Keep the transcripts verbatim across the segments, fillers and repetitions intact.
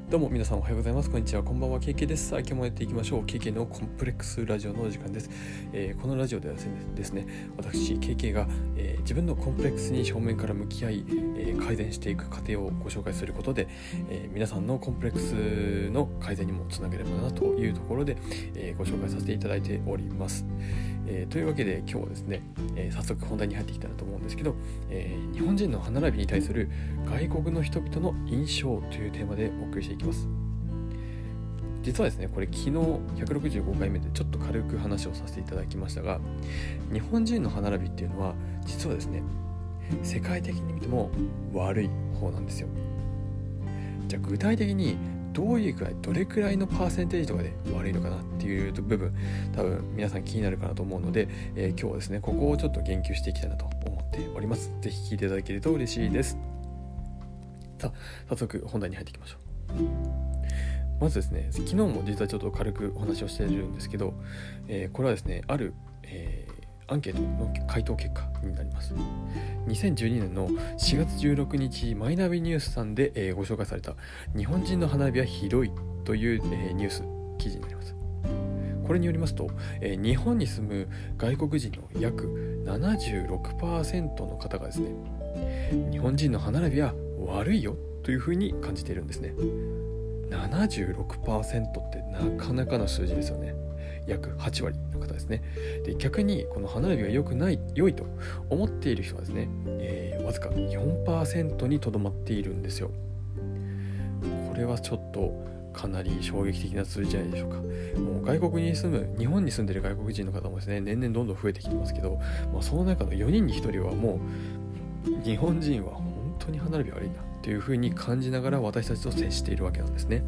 どうも皆さんおはようございます。こんにちは、こんばんは。ケーケー です。さあ今日もやっていきましょう。 ケーケー のコンプレックスラジオのお時間です。えー、このラジオではですね、私 ケーケー が、えー、自分のコンプレックスに正面から向き合い、えー、改善していく過程をご紹介することで、えー、皆さんのコンプレックスの改善にもつなげればなというところで、えー、ご紹介させていただいております。えー、というわけで今日はですね、えー、早速本題に入っていきたいなと思うんですけど、えー、日本人の歯並びに対する外国の人々の印象というテーマでお送りしていきます。実はですね、これ昨日ひゃくろくじゅうごかいめでちょっと軽く話をさせていただきましたが、日本人の歯並びっていうのは実はですね、世界的に見ても悪い方なんですよ。じゃあ具体的にどういうくらいどれくらいのパーセンテージとかで悪いのかなっていう部分、多分皆さん気になるかなと思うので、えー、今日はですねここをちょっと言及していきたいなと思っております。ぜひ聞いていただけると嬉しいです。さあ早速本題に入っていきましょう。まずですね、昨日も実はちょっと軽くお話をしているんですけど、えー、これはですねある、えー、アンケートの回答結果になります。にせんじゅうにねんのしがつじゅうろくにちマイナビニュースさんで、えー、ご紹介された日本人の歯並びはひどいという、えー、ニュース記事になります。これによりますと、えー、日本に住む外国人の約 ななじゅうろくパーセント の方がですね、日本人の歯並びは悪いよというふうに感じているんですね。ななじゅうろくパーセント ってなかなかの数字ですよね。約はちわりの方ですね。で、逆にこの歯並びが良くない、良いと思っている人はですね、えー、わずか よんパーセント にとどまっているんですよ。これはちょっとかなり衝撃的な数字じゃないでしょうか。もう外国に住む、日本に住んでいる外国人の方もですね、年々どんどん増えてきてますけど、まあ、その中のよにんにひとりはもう日本人は本当に歯並び悪いなというふうに感じながら私たちと接しているわけなんですね。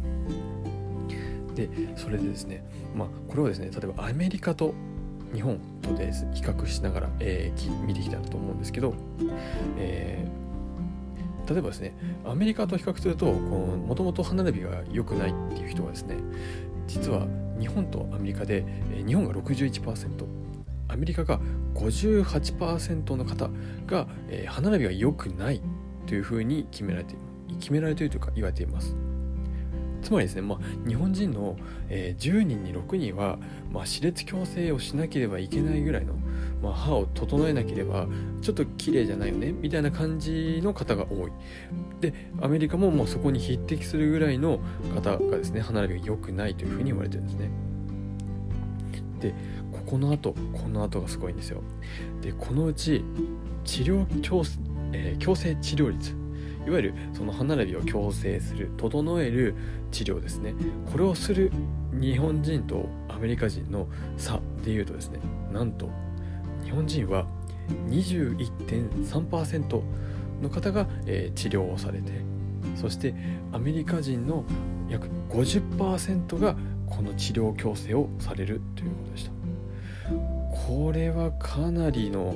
で、それでですね、まあ、これをですね、例えばアメリカと日本とで比較しながら、えー、見ていきたいなと思うんですけど、えー、例えばですね、アメリカと比較すると、もともと歯並びが良くないっていう人はですね、実は日本とアメリカで、えー、日本が ろくじゅういちパーセント、アメリカが ごじゅうはちパーセント の方が、えー、歯並びが良くないというふうに決められている決められているというか言われています。つまりですね、まあ、日本人の、えー、じゅうにんにろくにんは、まあ、歯列矯正をしなければいけないぐらいの、まあ、歯を整えなければちょっと綺麗じゃないよねみたいな感じの方が多い。で、アメリカももうそこに匹敵するぐらいの方がですね、歯並びが良くないというふうに言われてるんですね。で、ここの後この後がすごいんですよ。で、このうち治療矯正、えー、矯正治療率、いわゆるその歯並びを矯正する、整える治療ですね、これをする日本人とアメリカ人の差でいうとですね、なんと日本人は にじゅういってんさんパーセント の方が、えー、治療をされて、そしてアメリカ人の約 ごじゅっパーセント がこの治療矯正をされるということでした。これはかなりの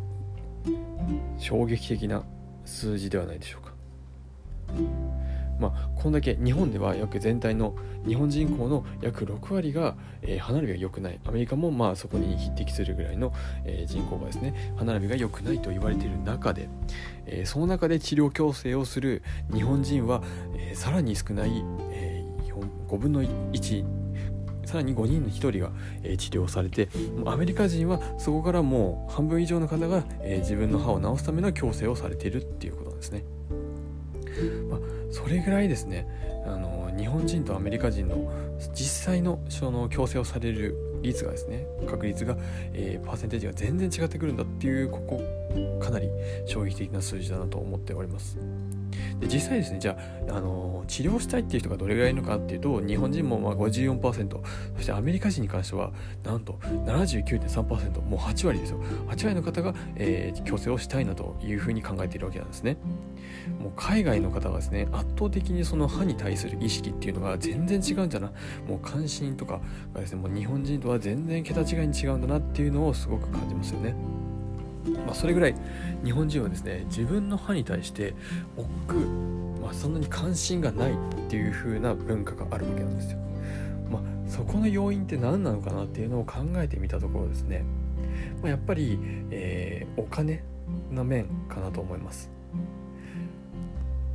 衝撃的な数字ではないでしょうか。まあ、こんだけ日本では約全体の日本人口の約ろくわりが、えー、歯並びが良くない、アメリカもまあそこに匹敵するぐらいの、えー、人口がですね、歯並びが良くないと言われている中で、えー、その中で治療矯正をする日本人は、えー、さらに少ない、えー、ごぶんのいち、さらにごにんにひとりが、えー、治療されて、アメリカ人はそこからもう半分以上の方が、えー、自分の歯を治すための矯正をされているっていうことなんですね。まあ、それぐらいですね、あの日本人とアメリカ人の実際のその矯正をされる率がですね、確率が、えー、パーセンテージが全然違ってくるんだっていう、ここかなり衝撃的な数字だなと思っております。で、実際ですね、じゃあ、あの治療したいっていう人がどれぐらいいるのかっていうと、日本人もまあ ごじゅうよんパーセント、そしてアメリカ人に関してはなんと ななじゅうきゅうてんさんパーセント、もうはちわりですよ。はちわりの方が、えー、矯正をしたいなというふうに考えているわけなんですね。もう海外の方はですね、圧倒的にその歯に対する意識っていうのが全然違うんだな、もう関心とかがですね、もう日本人とは全然桁違いに違うんだなっていうのをすごく感じますよね。まあ、それぐらい日本人はですね、自分の歯に対して億劫、まあ、そんなに関心がないっていう風な文化があるわけなんですよ。まあ、そこの要因って何なのかなっていうのを考えてみたところですね、まあ、やっぱり、えー、お金の面かなと思います。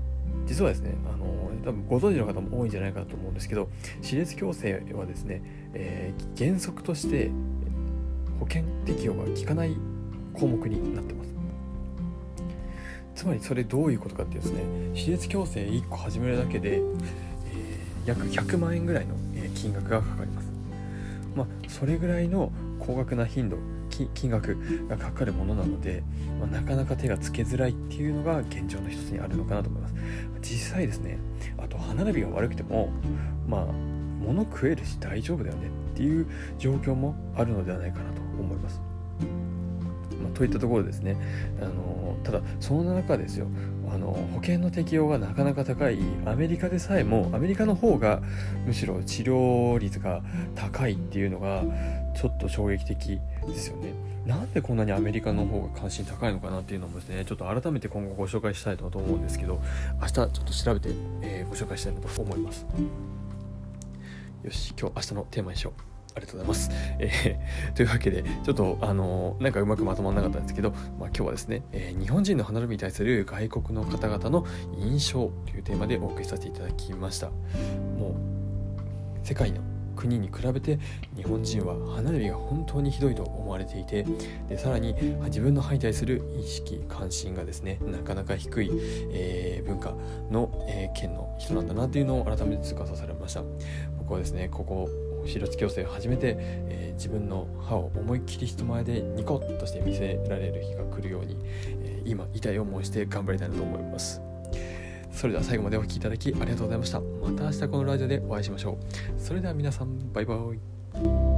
実はですね、あの多分ご存知の方も多いんじゃないかと思うんですけど、歯列矯正はですね、えー、原則として保険適用が効かない項目になってます。つまりそれどういうことかっていうとですね、歯列矯正いっこ始めるだけで、えー、約ひゃくまんえんぐらいの金額がかかります。まあそれぐらいの高額な頻度金額がかかるものなので、まあ、なかなか手がつけづらいっていうのが現状の一つにあるのかなと思います。実際ですね、あと歯並びが悪くてもまあ物食えるし大丈夫だよねっていう状況もあるのではないかなと思います。まあ、といったところですね、あのただその中ですよ、あの保険の適用がなかなか高いアメリカでさえも、アメリカの方がむしろ治療率が高いっていうのがちょっと衝撃的ですよね。なんでこんなにアメリカの方が関心高いのかなっていうのもですね、ちょっと改めて今後ご紹介したいと思うんですけど、明日ちょっと調べて、えー、ご紹介したいなと思います。よし、今日明日のテーマにしよう。ありがとうございます。えー、というわけでちょっとあのなんかうまくまとまらなかったんですけど、まあ、今日はですね、えー、日本人の歯並びに対する外国の方々の印象というテーマでお送りさせていただきました。もう世界の国に比べて日本人は歯並びが本当にひどいと思われていて、でさらに自分の歯に対する意識関心がですねなかなか低い、えー、文化の、えー、県の人なんだなというのを改めて痛感させられました。僕はですね、ここ歯列矯正を始めて、えー、自分の歯を思いっきり人前でニコッとして見せられる日が来るように、えー、今痛い思いして頑張りたいなと思います。それでは最後までお聞きいただきありがとうございました。また明日このラジオでお会いしましょう。それでは皆さん、バイバイ。